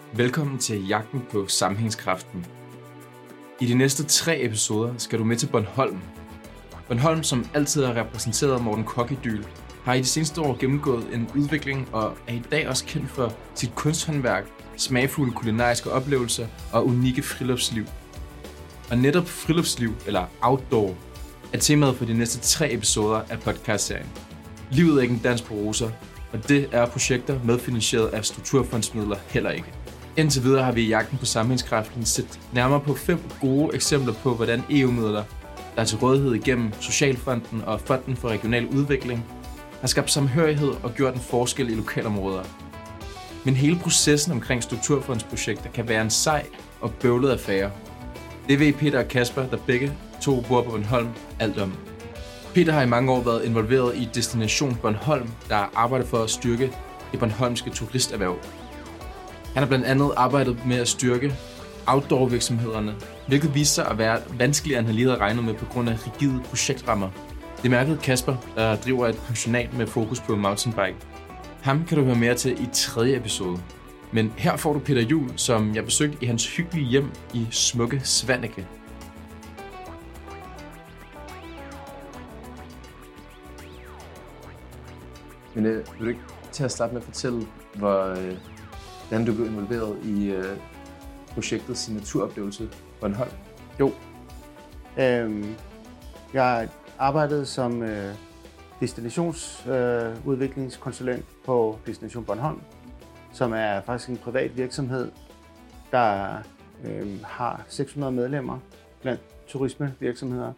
Velkommen til Jagten på Sammenhængskraften. I de næste 3 episoder skal du med til Bornholm. Bornholm, som altid har repræsenteret Morten Korch-Idyl, har i de seneste år gennemgået en udvikling og er i dag også kendt for sit kunsthåndværk, smagfulde kulinariske oplevelser og unikke friluftsliv. Og netop friluftsliv, eller outdoor, er temaet for de næste 3 episoder af podcastserien. Livet er ikke en dans på roser, og det er projekter medfinansieret af strukturfondsmidler heller ikke. Indtil videre har vi i Jagten på Sammenhængskraften set nærmere på 5 gode eksempler på, hvordan EU-midler, der er til rådighed igennem Socialfonden og Fonden for Regional Udvikling, har skabt samhørighed og gjort en forskel i lokalområder. Men hele processen omkring strukturfondsprojekter kan være en sej og bøvlet affære. Det ved Peter og Kasper, der begge to bor på Bornholm, alt om. Peter har i mange år været involveret i Destination Bornholm, der arbejder for at styrke det bornholmske turisterhverv. Han har blandt andet arbejdet med at styrke outdoor-virksomhederne, hvilket viser sig at være vanskeligere, end han lige havde regnet med på grund af rigide projektrammer. Det mærkede Kasper, der driver et pensionat med fokus på mountainbike. Ham kan du høre mere til i 3. episode. Men her får du Peter Juhl, som jeg besøgte i hans hyggelige hjem i smukke Svaneke. Men vil du ikke til at starte med at fortælle, hvordan du blev involveret i projektet Signaturoplevelse Bornholm? Jo. Jeg arbejdede som destinationsudviklingskonsulent på Destination Bornholm, som er faktisk en privat virksomhed, der har 600 medlemmer blandt turismevirksomheder.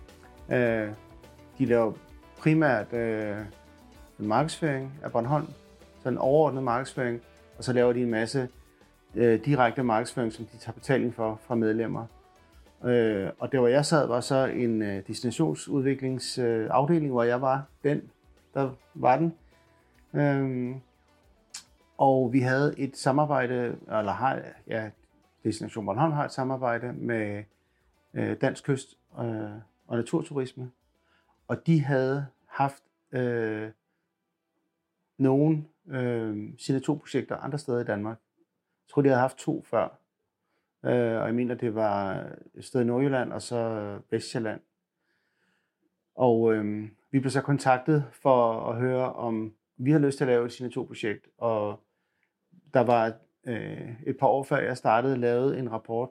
De laver primært en markedsføring af Bornholm, så en overordnet markedsføring, og så laver de en masse direkte markedsføring, som de tager betaling for fra medlemmer. Og der hvor jeg sad, var så en destinationsudviklingsafdeling, hvor jeg var den, der var den. Og vi havde et samarbejde, Destination Bornholm har et samarbejde med Dansk Kyst og Naturturisme, og de havde haft nogle signaturprojekter andre steder i Danmark. Jeg tror, de havde haft 2 før. Og jeg mener, det var et sted i Nordjylland og så Vestsjælland. Og vi blev så kontaktet for at høre, om vi har lyst til at lave et signaturprojekt. Og der var et par år før jeg startede, lavet en rapport.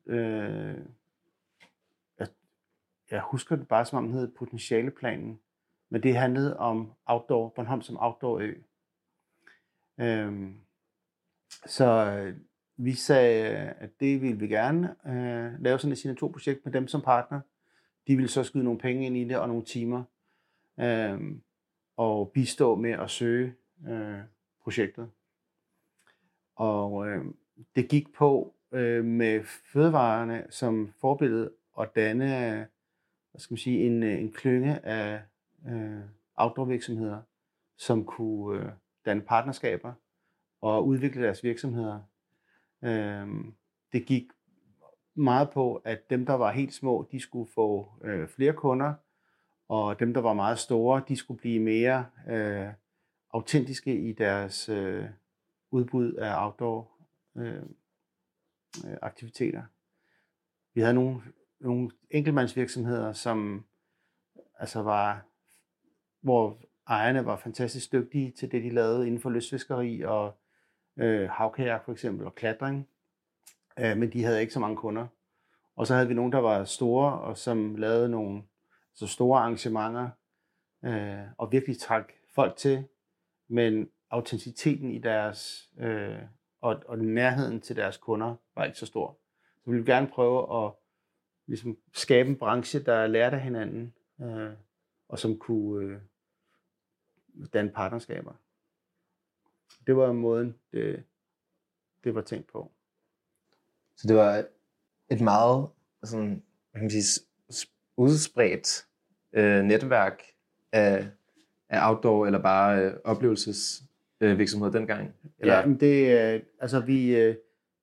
Jeg husker det bare, som om den hed Potentialeplanen. Men det handlede om outdoor, Bornholm som outdoor-ø. Så vi sagde, at det ville vi gerne lave sådan et signaturprojekt med dem som partner. De ville så skyde nogle penge ind i det og nogle timer og bistå med at søge projektet. Og det gik på med fødevarerne som forbillede og danne en klynge af outdoor-virksomheder, som kunne danne partnerskaber og udvikle deres virksomheder. Det gik meget på, at dem, der var helt små, de skulle få flere kunder, og dem, der var meget store, de skulle blive mere autentiske i deres udbud af outdoor aktiviteter. Vi havde nogle enkeltmandsvirksomheder, som hvor ejerne var fantastisk dygtige til det, de lavede inden for lystfiskeri og havkajak for eksempel, og klatring. Men de havde ikke så mange kunder. Og så havde vi nogen, der var store, og som lavede nogle så store arrangementer, og virkelig trak folk til, men autenticiteten i deres, og nærheden til deres kunder var ikke så stor. Så vi ville gerne prøve at ligesom skabe en branche, der lærte af hinanden, og som kunne danne partnerskaber. Det var måden, det var tænkt på. Så det var et meget sådan, udspredt netværk af outdoor eller bare oplevelsesvirksomheder dengang? Eller? Ja, men det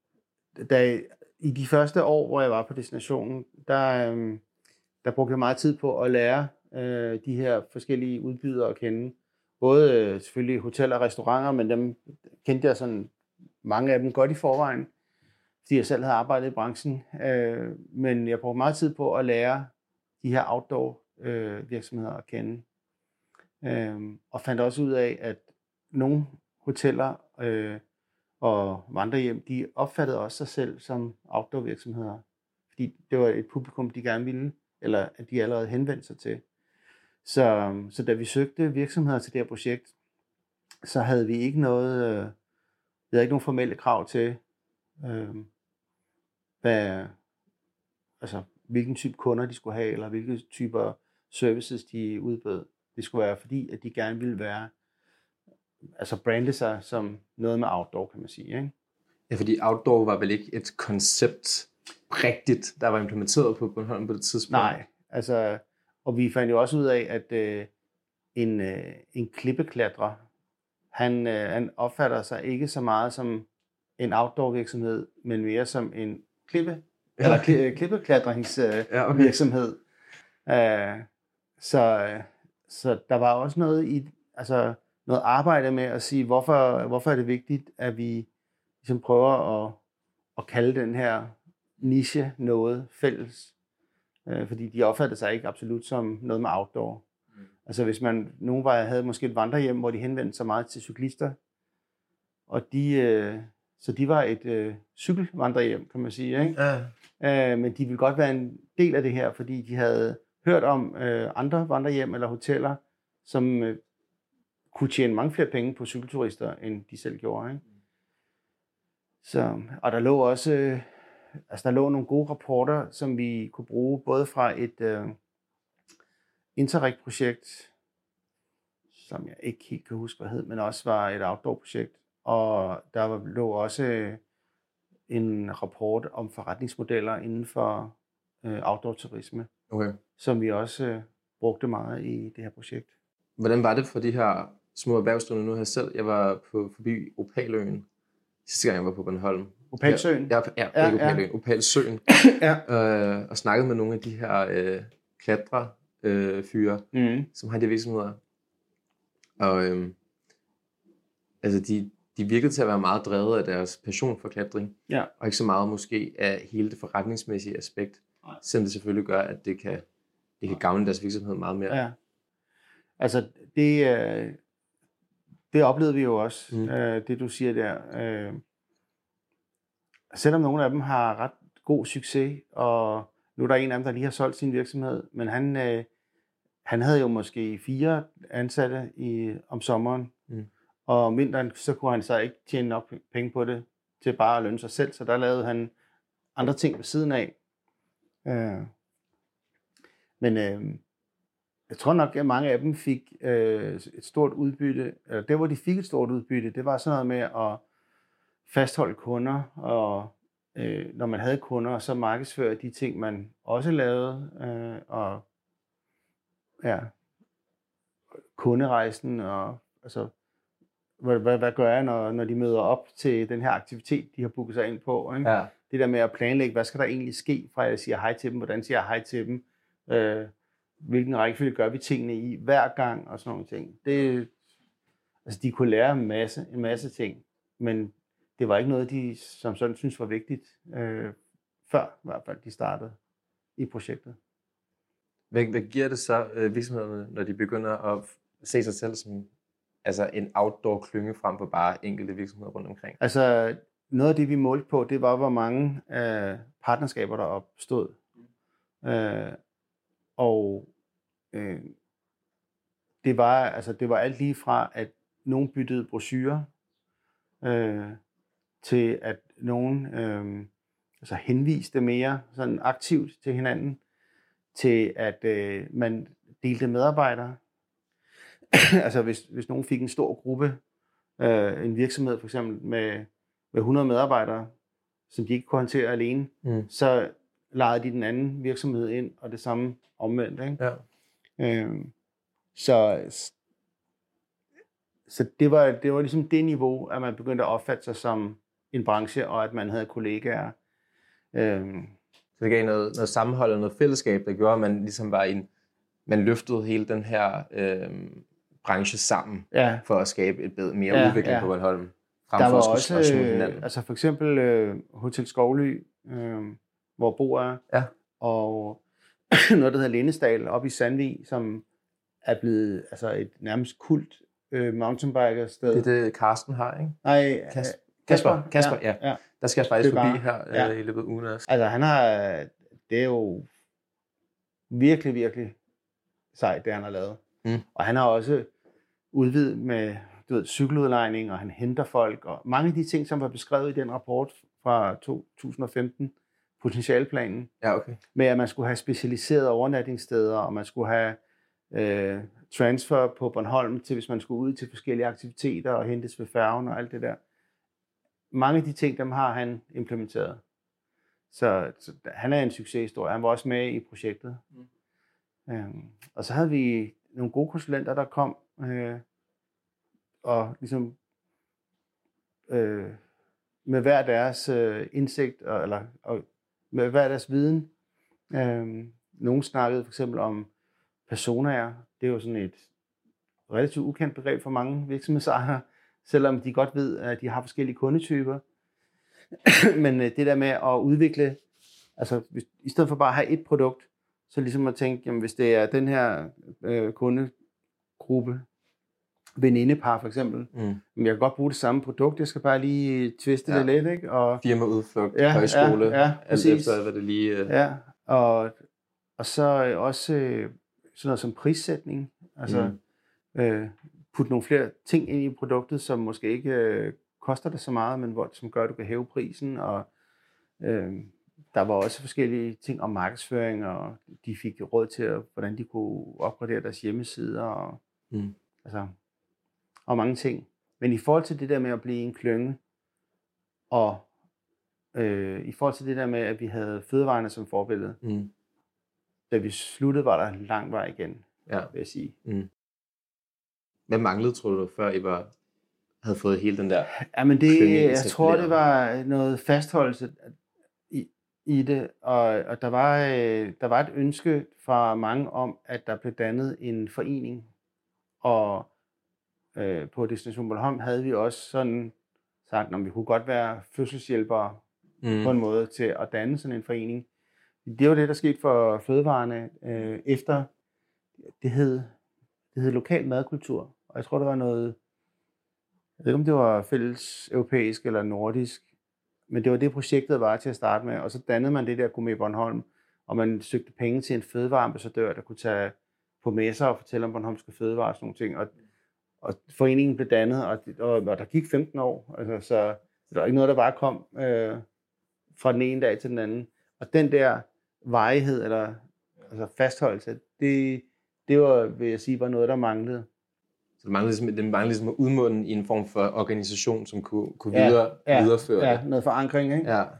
i de første år, hvor jeg var på destinationen, der brugte jeg meget tid på at lære de her forskellige udbydere at kende. Både selvfølgelig hoteller og restauranter, men dem kendte jeg sådan mange af dem godt i forvejen, fordi jeg selv havde arbejdet i branchen. Men jeg brugte meget tid på at lære de her outdoor virksomheder at kende. Og fandt også ud af, at nogle hoteller og vandrehjem, de opfattede også sig selv som outdoor virksomheder. Fordi det var et publikum, de gerne ville, eller at de allerede henvendte sig til. Så da vi søgte virksomheder til det her projekt, så havde vi ikke noget, vi havde ikke nogen formelle krav til, hvilken type kunder de skulle have, eller hvilke typer services de udbød. Det skulle være fordi, at de gerne ville være, brande sig som noget med outdoor, kan man sige. Ikke? Ja, fordi outdoor var vel ikke et koncept rigtigt, der var implementeret på Bornholm på det tidspunkt? Nej, og vi fandt jo også ud af, at en klippeklatrer, han opfatter sig ikke så meget som en outdoor virksomhed, men mere som en klippeklatringsvirksomhed. Så der var også noget noget arbejde med at sige, hvorfor er det vigtigt, at vi ligesom prøver at kalde den her niche noget fælles. Fordi de opfattede sig ikke absolut som noget med outdoor. Altså hvis nogen havde måske et vandrehjem, hvor de henvendte sig meget til cyklister, og så de var et cykelvandrehjem, kan man sige. Ikke? Ja. Men de ville godt være en del af det her, fordi de havde hørt om andre vandrehjem eller hoteller, som kunne tjene mange flere penge på cykelturister, end de selv gjorde. Ikke? Og der lå også der lå nogle gode rapporter, som vi kunne bruge, både fra et Interreg-projekt, som jeg ikke helt kan huske, hvad hed, men også var et outdoor-projekt. Og der lå også en rapport om forretningsmodeller inden for outdoor-turisme, som vi også brugte meget i det her projekt. Hvordan var det for de her små erhvervsdrivende nu her selv? Jeg var forbi Opaløen sidste gang, jeg var på Bornholm. Opalsøen? Ikke Opaløen, Opalsøen. Og snakkede med nogle af de her klatrefyre, som har de virksomheder. Og de virkede til at være meget drevet af deres passion for klatring, og ikke så meget måske af hele det forretningsmæssige aspekt, selvom det selvfølgelig gør, at det kan gavne deres virksomhed meget mere. Ja. Altså, det oplevede vi jo også, det du siger der. Selvom nogle af dem har ret god succes, og nu er der en af dem, der lige har solgt sin virksomhed, men han havde jo måske 4 ansatte om sommeren, og om vinteren, så kunne han så ikke tjene nok penge på det, til bare at lønne sig selv, så der lavede han andre ting ved siden af. Men jeg tror nok, at mange af dem fik et stort udbytte, eller der hvor de fik et stort udbytte, det var sådan noget med at fastholde kunder, og når man havde kunder, så markedsføre de ting, man også lavede, og kunderejsen, og altså, hvad gør jeg, når de møder op til den her aktivitet, de har booket sig ind på, ikke? Ja. Det der med at planlægge, hvad skal der egentlig ske, fra jeg siger hej til dem, hvordan siger jeg hej til dem, hvilken rækkefølge gør vi tingene i hver gang, og sådan nogle ting. De kunne lære en masse ting, men det var ikke noget, de som sådan synes var vigtigt, før i hvert fald de startede i projektet. Hvad giver det så virksomhederne, når de begynder at se sig selv som en outdoor-klynge frem for bare enkelte virksomheder rundt omkring? Altså, noget af det, vi målte på, det var, hvor mange partnerskaber, der opstod. Det var alt lige fra, at nogen byttede brochurer, til at nogen henviste mere sådan aktivt til hinanden, til at man delte medarbejdere. Altså hvis nogen fik en stor gruppe, en virksomhed for eksempel med 100 medarbejdere, som de ikke kunne håndtere alene, så lejede de den anden virksomhed ind, og det samme omvendt. Ikke? Ja. Så det var ligesom det niveau, at man begyndte at opfatte sig som en branche, og at man havde kollegaer. Så det gav noget sammenhold og noget fællesskab, der gjorde, at man ligesom man løftede hele den her branche sammen, for at skabe et mere udvikling på Bornholm, frem for var at skulle slås mod hinanden. Altså for eksempel Hotel Skovly, hvor Bo er, og noget, der hedder Lindesdal oppe i Sandvig, som er blevet altså et nærmest kult mountainbiker-sted. Det er det, Karsten har, ikke? Nej, Kasper, ja. Der skal jeg faktisk forbi her i løbet af ugen også. Altså han har, det er jo virkelig, virkelig sejt, det han har lavet. Og han har også udvidet med cykeludlejning, og han henter folk, og mange af de ting, som var beskrevet i den rapport fra 2015, potentialplanen, med at man skulle have specialiserede overnatningssteder, og man skulle have transfer på Bornholm til, hvis man skulle ud til forskellige aktiviteter og hentes ved færgen og alt det der. Mange af de ting, dem har han implementeret. Så han er en succeshistorie. Han var også med i projektet. Og så havde vi nogle gode konsulenter, der kom og ligesom med hver deres indsigt og med hver deres viden. Nogle snakkede for eksempel om personaer. Det er jo sådan et relativt ukendt begreb for mange virksomhedsejere, selvom de godt ved, at de har forskellige kundetyper. Men det der med at udvikle, altså i stedet for bare at have et produkt, så ligesom at tænke, jamen hvis det er den her kundegruppe, venindepar for eksempel, men jeg kan godt bruge det samme produkt, jeg skal bare lige twiste det lidt, ikke? Og firmaudflugt, højskole, alt efter hvad det lige... Ja, og så også sådan noget som prissætning, altså putte nogle flere ting ind i produktet, som måske ikke koster det så meget, men som gør, at du kan hæve prisen, og der var også forskellige ting om markedsføring, og de fik råd til, hvordan de kunne opgradere deres hjemmesider, og, og mange ting. Men i forhold til det der med at blive en klynge, og i forhold til det der med, at vi havde fødevarene som forbillede, da vi sluttede, var der lang vej igen, vil jeg sige. Hvad manglede, tror du, før I havde fået hele den der... Jamen jeg tror, det var noget fastholdelse i det, og der var et ønske fra mange om, at der blev dannet en forening, og på Destination Bornholm havde vi også sådan sagt, at vi kunne godt være fødselshjælpere på en måde til at danne sådan en forening. Det var det, der skete for fødevarene efter, det hed lokal madkultur, og jeg tror, der var noget, jeg ved ikke, om det var fælles europæisk eller nordisk, men det var det, projektet var til at starte med, og så dannede man det der Gourmet Bornholm, og man søgte penge til en fødevareambassadør, der kunne tage på messer og fortælle om bornholmske fødevarer og sådan nogle ting, og foreningen blev dannet, og der gik 15 år, altså, så det var ikke noget, der bare kom fra den ene dag til den anden. Og den der varighed, eller altså fastholdelse, det var, vil jeg sige, var noget, der manglede. Så det manglede ligesom at udmunde i en form for organisation, som kunne videreføre det. Ja, noget forankring, ikke? Ja.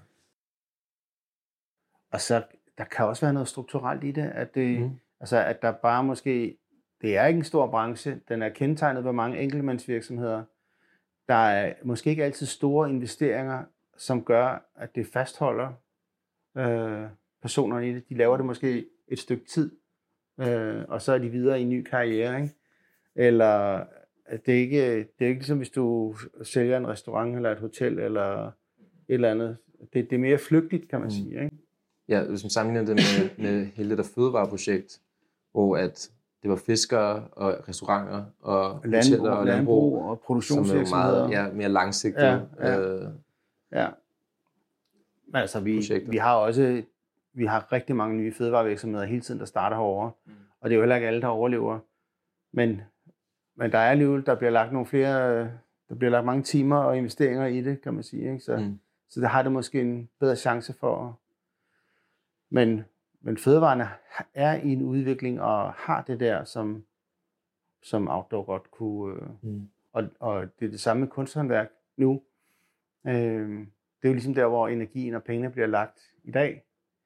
Og så, der kan også være noget strukturelt i det, at altså, at der bare måske, det er ikke en stor branche, den er kendetegnet ved mange enkeltmandsvirksomheder. Der er måske ikke altid store investeringer, som gør, at det fastholder personerne i det. De laver det måske et stykke tid, og så er de videre i en ny karriere, ikke? Eller det er ikke ligesom hvis du sælger en restaurant eller et hotel eller et eller andet. Det er mere flygtigt, kan man sige, ikke? Ja, hvis man sammenligner det med hele det der fødevareprojekt, hvor at det var fiskere og restauranter og hoteller og landbrug og produktionsvirksomheder, som er meget mere langsigtet. Ja. Men altså vi har rigtig mange nye fødevarevirksomheder hele tiden, der starter herovre, og det er jo heller ikke alle, der overlever. Men der er alligevel, der bliver lagt mange timer og investeringer i det, kan man sige, ikke? Så der har det måske en bedre chance for. Men fødevarene er i en udvikling og har det der, som outdoor godt kunne. Og det er det samme med kunsthåndværk nu. Det er jo ligesom der, hvor energien og pengene bliver lagt i dag.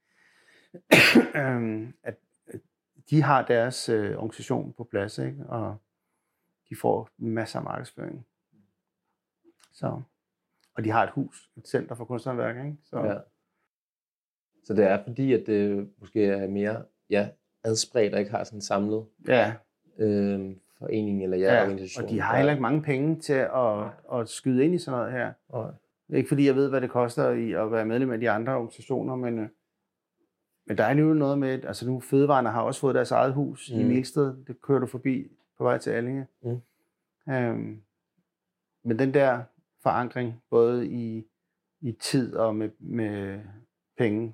At de har deres organisation på plads, ikke? Og de får masser af markedsføring. Og de har et hus, et center for kunsthåndværk, ikke? Så det er fordi, at det måske er mere adspredt og ikke har sådan samlet forening eller organisation. Og de har heller ikke mange penge til at skyde ind i sådan noget her. Nej. Ikke fordi jeg ved, hvad det koster i at være medlem af de andre organisationer, men der er alligevel noget med, altså nu Fødevarene har også fået deres eget hus i Milsted. Det kører du forbi på vej til Allinge. Men den der forankring, både i tid og med penge,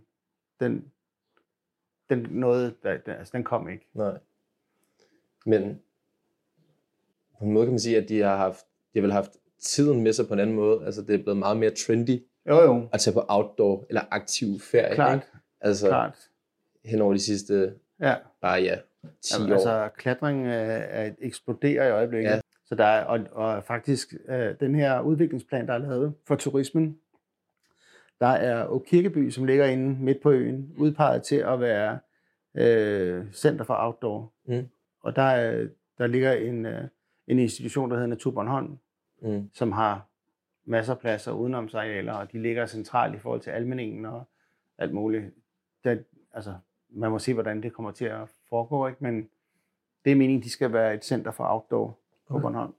den kom ikke. Nej. Men på en måde kan man sige, at de har vel haft tiden med sig på en anden måde. Altså det er blevet meget mere trendy at tage på outdoor eller aktiv ferie. Klart. Ikke? Altså Klart. Hen over de sidste 10 år. Altså klatring eksploderer i øjeblikket. Ja. Så der er, og faktisk den her udviklingsplan, der er lavet for turismen, der er Åkirkeby, som ligger inde midt på øen, udpeget til at være center for outdoor. Og der ligger en institution, der hedder Natur Bornholm, som har masser af pladser udenomsarealer, og de ligger centralt i forhold til almenningen og alt muligt. Altså, man må se, hvordan det kommer til at foregå, ikke? Men det er meningen, de skal være et center for outdoor på Bornholm.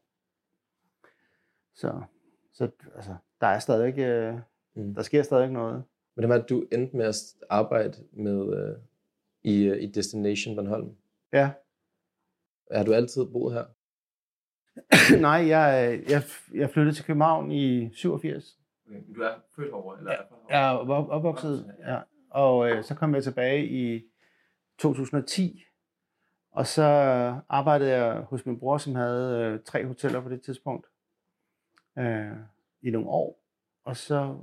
Så altså, der er stadig der sker stadig noget. Men det var, at du endte med at arbejde med i Destination Bornholm. Ja. Har du altid boet her? Nej, jeg flyttede til København i 87. Okay. Du er født herovre? Eller jeg er opvokset, ja. Og så kom jeg tilbage i 2010, og så arbejdede jeg hos min bror, som havde 3 hoteller på det tidspunkt i nogle år. Og så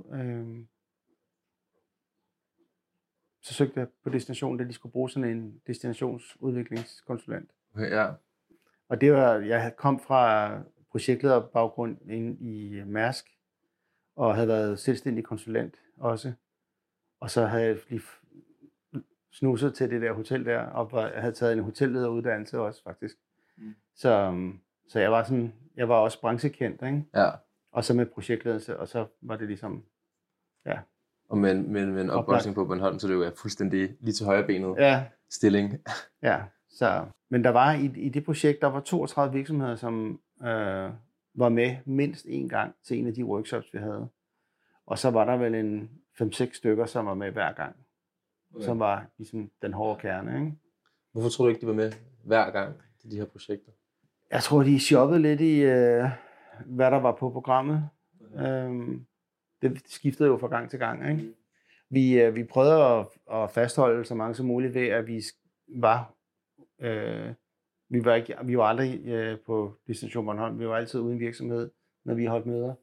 søgte jeg på destinationen, da de skulle bruge sådan en destinationsudviklingskonsulent. Okay, ja. Og det var, jeg kom fra projektlederbaggrund ind i Mærsk, og havde været selvstændig konsulent også. Og så havde jeg lige snuset til det der hotel der, og jeg havde taget en hotellederuddannelse også faktisk. Så jeg var også branchekendt, ikke? Ja. Og så med projektledelse, og så var det ligesom, ja. Og med en opvoksning på Bornholm, så det jo er fuldstændig lige til højrebenet stilling. Ja, så. Men der var i det projekt, der var 32 virksomheder, som var med mindst en gang til en af de workshops, vi havde. Og så var der vel en 5-6 stykker, som var med hver gang. Okay. Som var ligesom den hårde kerne, ikke? Hvorfor tror du ikke, de var med hver gang til de her projekter? Jeg tror, de shoppede lidt i, hvad der var på programmet. Okay. Det skiftede jo fra gang til gang, ikke? Vi prøvede at fastholde så mange som muligt ved, at vi var aldrig på Destination Bornholm. Vi var altid uden virksomhed, når vi holdt møder.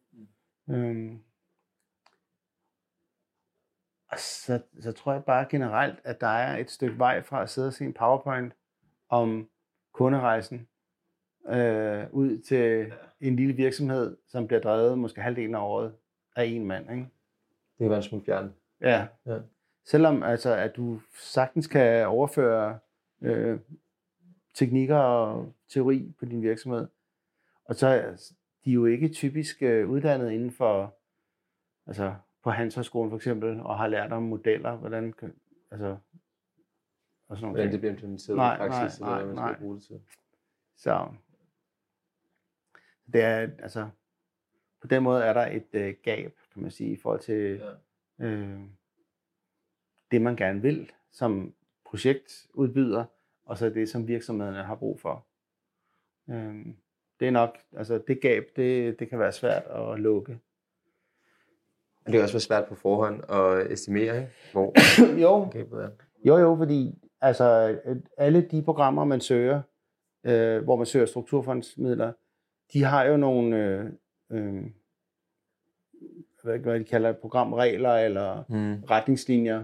Og så tror jeg bare generelt, at der er et stykke vej fra at sidde og se en PowerPoint om kunderejsen ud til en lille virksomhed, som bliver drevet måske halvdelen af året af en mand, ikke? Det kan være en smule fjern. Ja. Selvom altså, at du sagtens kan overføre teknikker og teori på din virksomhed, og så de er jo ikke typisk uddannet inden for, altså på Handelshøjskolen for eksempel, og har lært om modeller, hvordan altså og sådan noget. Hvordan det bliver implementeret i praksis, eller hvad man skal bruge det til. Så det er, altså på den måde er der et gab, kan man sige, i forhold til det, man gerne vil som projektudbyder, og så det, som virksomhederne har brug for. Det er nok, altså det gab, det kan være svært at lukke. Det kan også være svært på forhånd at estimere, ikke? Hvor gabet er. Jo, fordi altså alle de programmer, man søger, hvor man søger strukturfondsmidler, de har jo nogle, hvad de kalder programregler eller retningslinjer.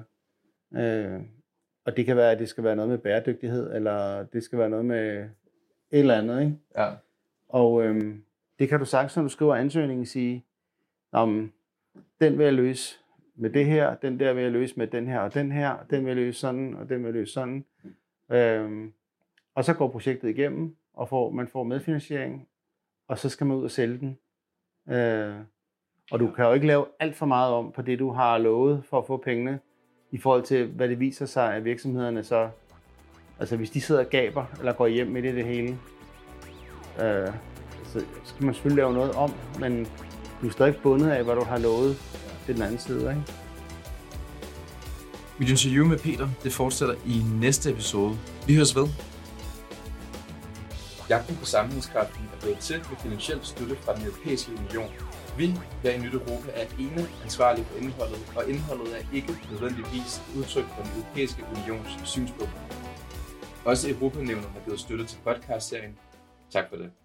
Og det kan være, at det skal være noget med bæredygtighed, eller det skal være noget med et eller andet, ikke? Ja. Og det kan du sagtens, når du skriver ansøgningen, sige, den vil jeg løse med det her, den der vil jeg løse med den her, og den her, den vil jeg løse sådan, og den vil jeg løse sådan. Og så går projektet igennem, og man får medfinansiering, og så skal man ud og sælge den. Og du kan jo ikke lave alt for meget om på det, du har lovet for at få pengene, i forhold til, hvad det viser sig, at virksomhederne så, altså hvis de sidder og gaber, eller går hjem midt i det hele, Så skal man selvfølgelig lave noget om, men du er stadig bundet af, hvad du har lovet til den anden side, ikke? Mit interview med Peter, det fortsætter i næste episode. Vi høres ved. Jagten på sammenhængskraften er blevet til med finansiel støtte fra den europæiske union. Vi her i Nyt Europa er ene ansvarlige for indholdet, og indholdet er ikke nødvendigvis udtryk for den europæiske unions synspunkter. Også Europanævnet har givet støtte til podcastserien. Tak for det.